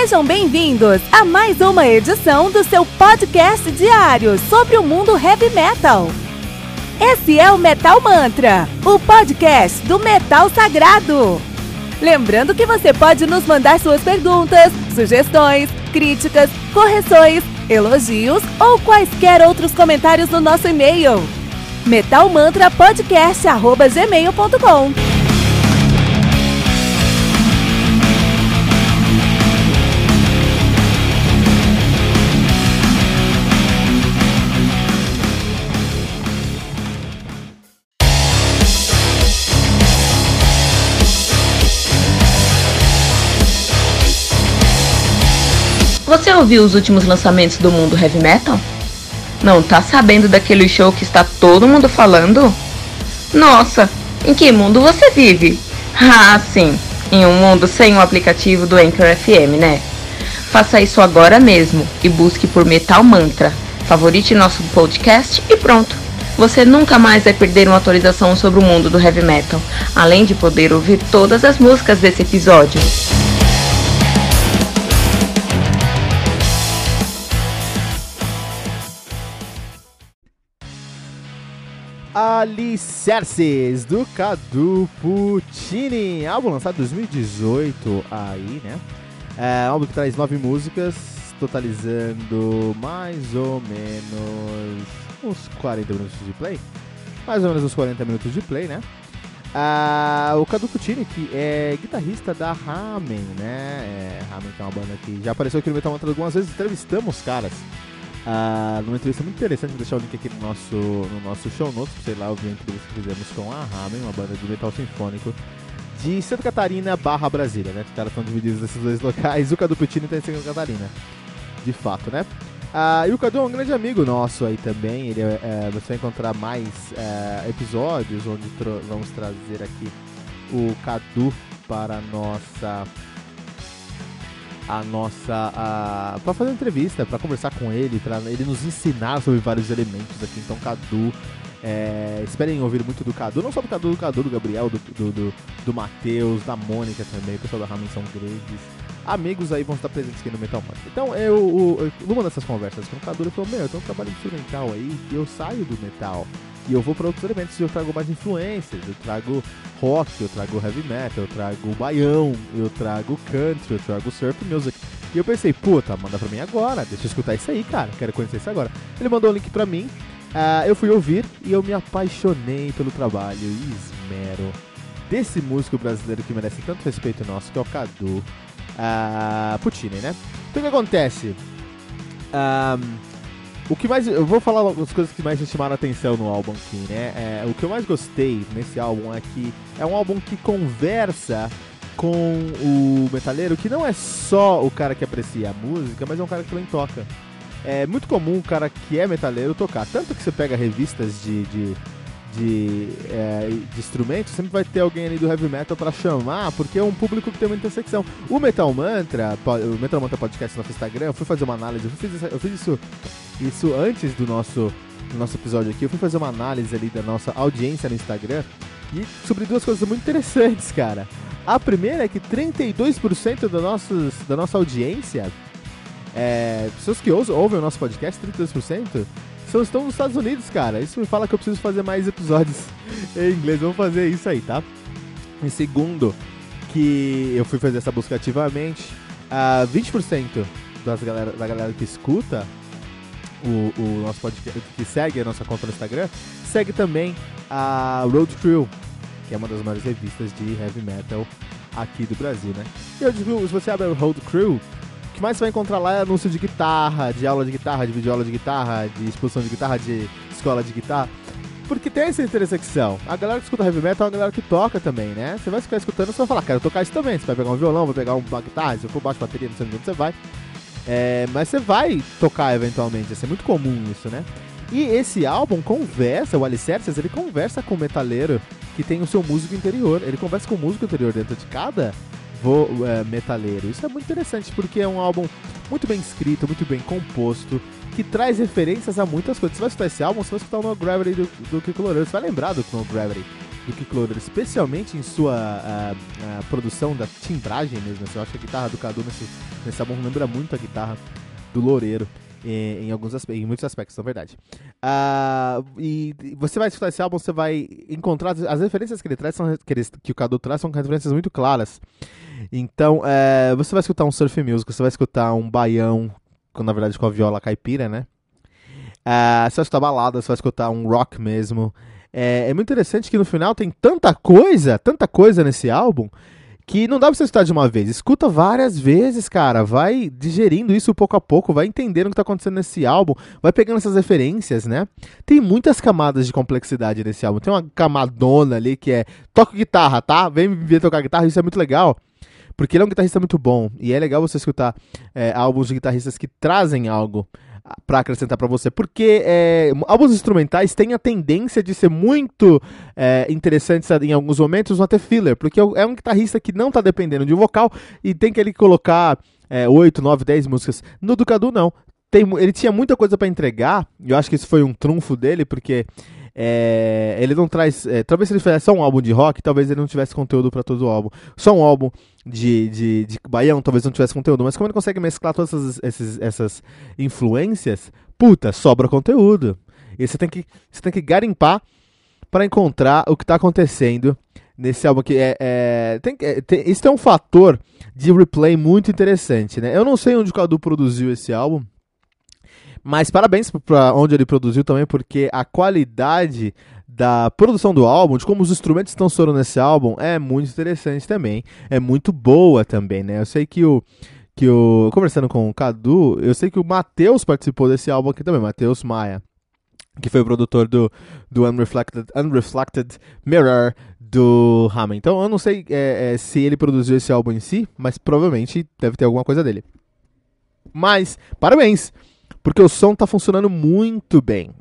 Sejam bem-vindos a mais uma edição do seu podcast diário sobre o mundo heavy metal. Esse é o Metal Mantra, o podcast do metal sagrado. Lembrando que você pode nos mandar suas perguntas, sugestões, críticas, correções, elogios ou quaisquer outros comentários no nosso e-mail metalmantrapodcast@gmail.com. Você ouviu os últimos lançamentos do mundo heavy metal? Não tá sabendo daquele show que está todo mundo falando? Nossa, em que mundo você vive? Ah, sim, em um mundo sem o aplicativo do Anchor FM, né? Faça isso agora mesmo e busque por Metal Mantra. Favorite nosso podcast e pronto. Você nunca mais vai perder uma atualização sobre o mundo do heavy metal, além de poder ouvir todas as músicas desse episódio. Alicerces, do Cadu Puccini, álbum lançado em 2018 aí, né? Álbum que traz 9 músicas, totalizando mais ou menos uns 40 minutos de play. Mais ou menos uns 40 minutos de play, né? O Cadu Puccini, que é guitarrista da Ramen, né? Ramen, que é uma banda que já apareceu aqui no Metal Mantra algumas vezes, entrevistamos caras. Numa entrevista muito interessante, vou deixar o link aqui no nosso show notes, pra você lá ouvir a entrevista que fizemos com a Ramen, uma banda de metal sinfônico de Santa Catarina / Brasília, né? Os caras estão divididos nesses dois locais, o Cadu Puccini tá em Santa Catarina, de fato, né? E o Cadu é um grande amigo nosso aí também, ele você vai encontrar mais episódios onde vamos trazer aqui o Cadu para para fazer uma entrevista, para conversar com ele, para ele nos ensinar sobre vários elementos aqui. Então, Cadu, esperem ouvir muito do Cadu, não só do Cadu, do Gabriel, do Matheus, da Mônica também, o pessoal da Ramen são grandes amigos aí, vão estar presentes aqui no Metal Mantra. Então, numa dessas conversas com o Cadu, ele falou: meu, eu tenho um trabalho instrumental aí, e eu saio do metal, e eu vou para outros elementos, e eu trago mais influências, eu trago rock, eu trago heavy metal, eu trago baião, eu trago country, eu trago surf music. E eu pensei, puta, manda pra mim agora, deixa eu escutar isso aí, cara, quero conhecer isso agora. Ele mandou o link pra mim, eu fui ouvir e eu me apaixonei pelo trabalho e esmero desse músico brasileiro que merece tanto respeito nosso, que é o Cadu Puccini, né? Então o que acontece? O que mais, eu vou falar as coisas que mais me chamaram a atenção no álbum aqui, né? O que eu mais gostei nesse álbum é que é um álbum que conversa com o metaleiro, que não é só o cara que aprecia a música, mas é um cara que também toca. É muito comum o cara que é metaleiro tocar, tanto que você pega revistas de instrumentos, sempre vai ter alguém ali do heavy metal pra chamar, porque é um público que tem uma intersecção. O Metal Mantra Podcast no nosso Instagram, eu fui fazer uma análise, eu fiz isso antes do nosso episódio aqui, eu fui fazer uma análise ali da nossa audiência no Instagram e sobre duas coisas muito interessantes, cara. A primeira é que 32% da nossa audiência, pessoas que ouvem o nosso podcast, 32%, estão nos Estados Unidos, cara. Isso me fala que eu preciso fazer mais episódios em inglês. Vamos fazer isso aí, tá? Em segundo, que eu fui fazer essa busca ativamente, 20% da galera que escuta o nosso podcast, que segue a nossa conta no Instagram, segue também a Road Crew, que é uma das maiores revistas de heavy metal aqui do Brasil, né? E eu digo, se você abre a Road Crew, o que mais você vai encontrar lá é anúncio de guitarra, de aula de guitarra, de videoaula de guitarra, de exposição de guitarra, de escola de guitarra. Porque tem essa intersecção. A galera que escuta heavy metal é uma galera que toca também, né? Você vai ficar escutando e você vai falar, quero tocar isso também. Você vai pegar um violão, vai pegar uma guitarra, se for baixo, bateria, não sei onde você vai. Mas você vai tocar eventualmente, assim, é muito comum isso, né? E esse álbum conversa, o Alicerces, ele conversa com o metaleiro que tem o seu músico interior. Ele conversa com o músico interior dentro de cada metaleiro. Isso é muito interessante, porque é um álbum muito bem escrito, muito bem composto, que traz referências a muitas coisas. Você vai escutar esse álbum, você vai escutar o No Gravity do Kiko Loureiro, você vai lembrar do No Gravity do Kiko Loureiro, especialmente em sua produção da timbragem mesmo. Assim, eu acho que a guitarra do Cadu nesse álbum lembra muito a guitarra do Loureiro. Em muitos aspectos, na verdade. E você vai escutar esse álbum, você vai encontrar as referências que ele traz, que o Cadu traz, são referências muito claras. Então, você vai escutar um surf music, você vai escutar um baião, na verdade com a viola caipira, né? Você vai escutar balada, você vai escutar um rock mesmo. É muito interessante que no final tem tanta coisa nesse álbum, que não dá pra você escutar de uma vez. Escuta várias vezes, cara. Vai digerindo isso pouco a pouco, vai entendendo o que tá acontecendo nesse álbum, vai pegando essas referências, né? Tem muitas camadas de complexidade nesse álbum. Tem uma camadona ali que é toca guitarra, tá? Vem me ver tocar guitarra, isso é muito legal. Porque ele é um guitarrista muito bom. E é legal você escutar álbuns de guitarristas que trazem algo pra acrescentar pra você, porque álbuns instrumentais têm a tendência de ser muito interessantes em alguns momentos, ou até filler, porque é um guitarrista que não tá dependendo de um vocal e tem que ele colocar 8, 9, 10 músicas. No do Cadu não, ele tinha muita coisa pra entregar, e eu acho que isso foi um trunfo dele, porque ele não traz, talvez se ele fizesse só um álbum de rock, talvez ele não tivesse conteúdo pra todo o álbum. Só um álbum de baião, talvez não tivesse conteúdo, mas como ele consegue mesclar todas essas influências, puta, sobra conteúdo. E você tem que garimpar pra encontrar o que tá acontecendo nesse álbum aqui. Isso é um fator de replay muito interessante, né? Eu não sei onde o Cadu produziu esse álbum, mas parabéns pra onde ele produziu também, porque a qualidade da produção do álbum, de como os instrumentos estão soando nesse álbum, é muito interessante também. É muito boa também, né? Eu sei que conversando com o Cadu, eu sei que o Matheus participou desse álbum aqui também, Matheus Maia, que foi o produtor do Unreflected Mirror do Hammond. Então eu não sei se ele produziu esse álbum em si, mas provavelmente deve ter alguma coisa dele. Mas, parabéns! Porque o som tá funcionando muito bem.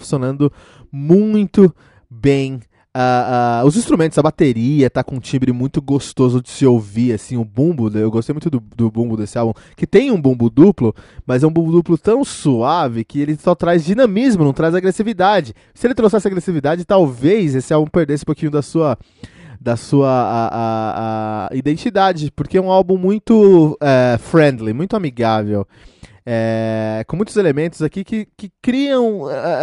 Os instrumentos, a bateria tá com um timbre muito gostoso de se ouvir, assim, o bumbo, eu gostei muito do bumbo desse álbum, que tem um bumbo duplo, mas é um bumbo duplo tão suave que ele só traz dinamismo, não traz agressividade. Se ele trouxesse agressividade, talvez esse álbum perdesse um pouquinho da sua identidade, porque é um álbum muito friendly, muito amigável. Com muitos elementos aqui que criam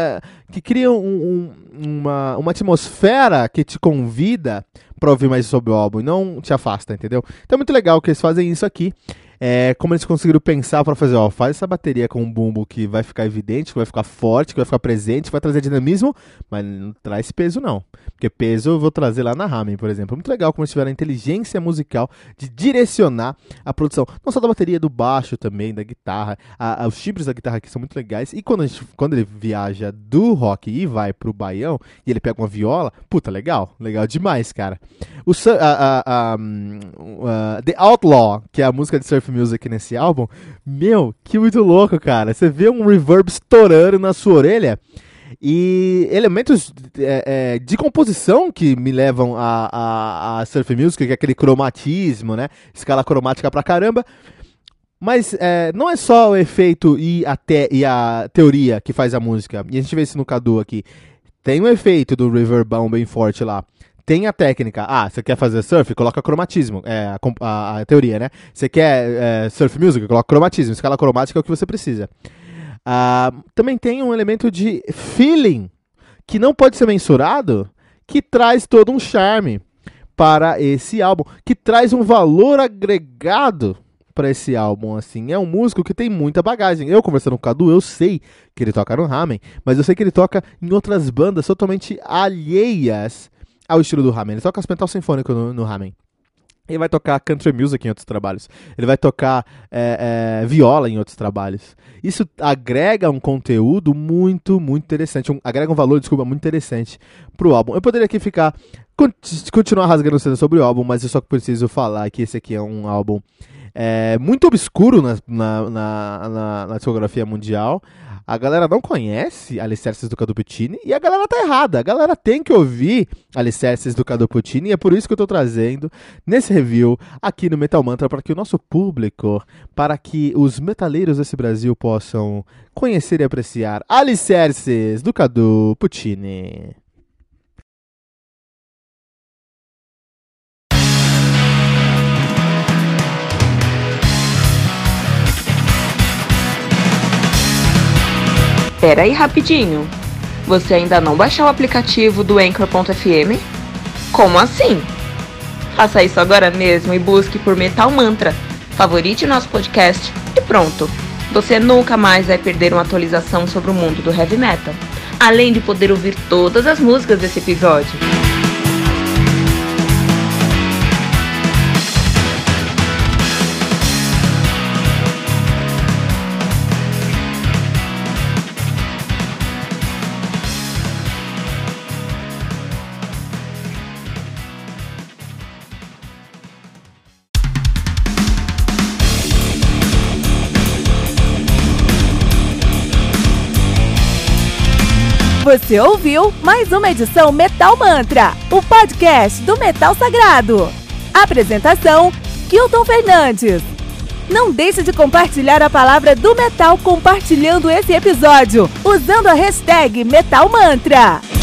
uma atmosfera que te convida para ouvir mais sobre o álbum e não te afasta, entendeu? Então é muito legal que eles fazem isso aqui. Como eles conseguiram pensar para fazer, faz essa bateria com um bumbo que vai ficar evidente, que vai ficar forte, que vai ficar presente, que vai trazer dinamismo, mas não traz peso não, porque peso eu vou trazer lá na Hammond, por exemplo. Muito legal como eles tiveram a inteligência musical de direcionar a produção, não só da bateria, do baixo também, da guitarra, os timbres da guitarra aqui são muito legais, e quando ele viaja do rock e vai pro baião, e ele pega uma viola, puta, legal demais, cara. The Outlaw, que é a música de surf music nesse álbum, que muito louco, cara. Você vê um reverb estourando na sua orelha e elementos de composição que me levam a surf music, que é aquele cromatismo, né? Escala cromática pra caramba. Mas não é só o efeito e a teoria que faz a música. E a gente vê isso no Cadu aqui. Tem um efeito do reverbão bem forte lá. Tem a técnica. Você quer fazer surf? Coloca cromatismo. A teoria, né? Você quer surf music? Coloca cromatismo. Escala cromática é o que você precisa. Também tem um elemento de feeling que não pode ser mensurado, que traz todo um charme para esse álbum, que traz um valor agregado para esse álbum, assim. É um músico que tem muita bagagem. Eu, conversando com o Cadu, eu sei que ele toca no Hammond, mas eu sei que ele toca em outras bandas totalmente alheias ao estilo do Hammond. Ele toca metal sinfônico no Hammond. Ele vai tocar country music em outros trabalhos. Ele vai tocar viola em outros trabalhos. Isso agrega um conteúdo muito, muito interessante. Agrega um valor, muito interessante pro álbum. Eu poderia aqui continuar rasgando cena sobre o álbum, mas eu só preciso falar que esse aqui é um álbum muito obscuro na discografia mundial. A galera não conhece Alicerces do Cadu Puccini e a galera tá errada. A galera tem que ouvir Alicerces do Cadu Puccini e é por isso que eu tô trazendo nesse review aqui no Metal Mantra, para que o nosso público, para que os metaleiros desse Brasil possam conhecer e apreciar Alicerces do Cadu Puccini. Pera aí rapidinho. Você ainda não baixou o aplicativo do Anchor.fm? Como assim? Faça isso agora mesmo e busque por Metal Mantra. Favorite nosso podcast e pronto. Você nunca mais vai perder uma atualização sobre o mundo do heavy metal. Além de poder ouvir todas as músicas desse episódio. Você ouviu mais uma edição Metal Mantra, o podcast do Metal Sagrado. Apresentação, Kilton Fernandes. Não deixe de compartilhar a palavra do metal compartilhando esse episódio, usando a hashtag Metal Mantra.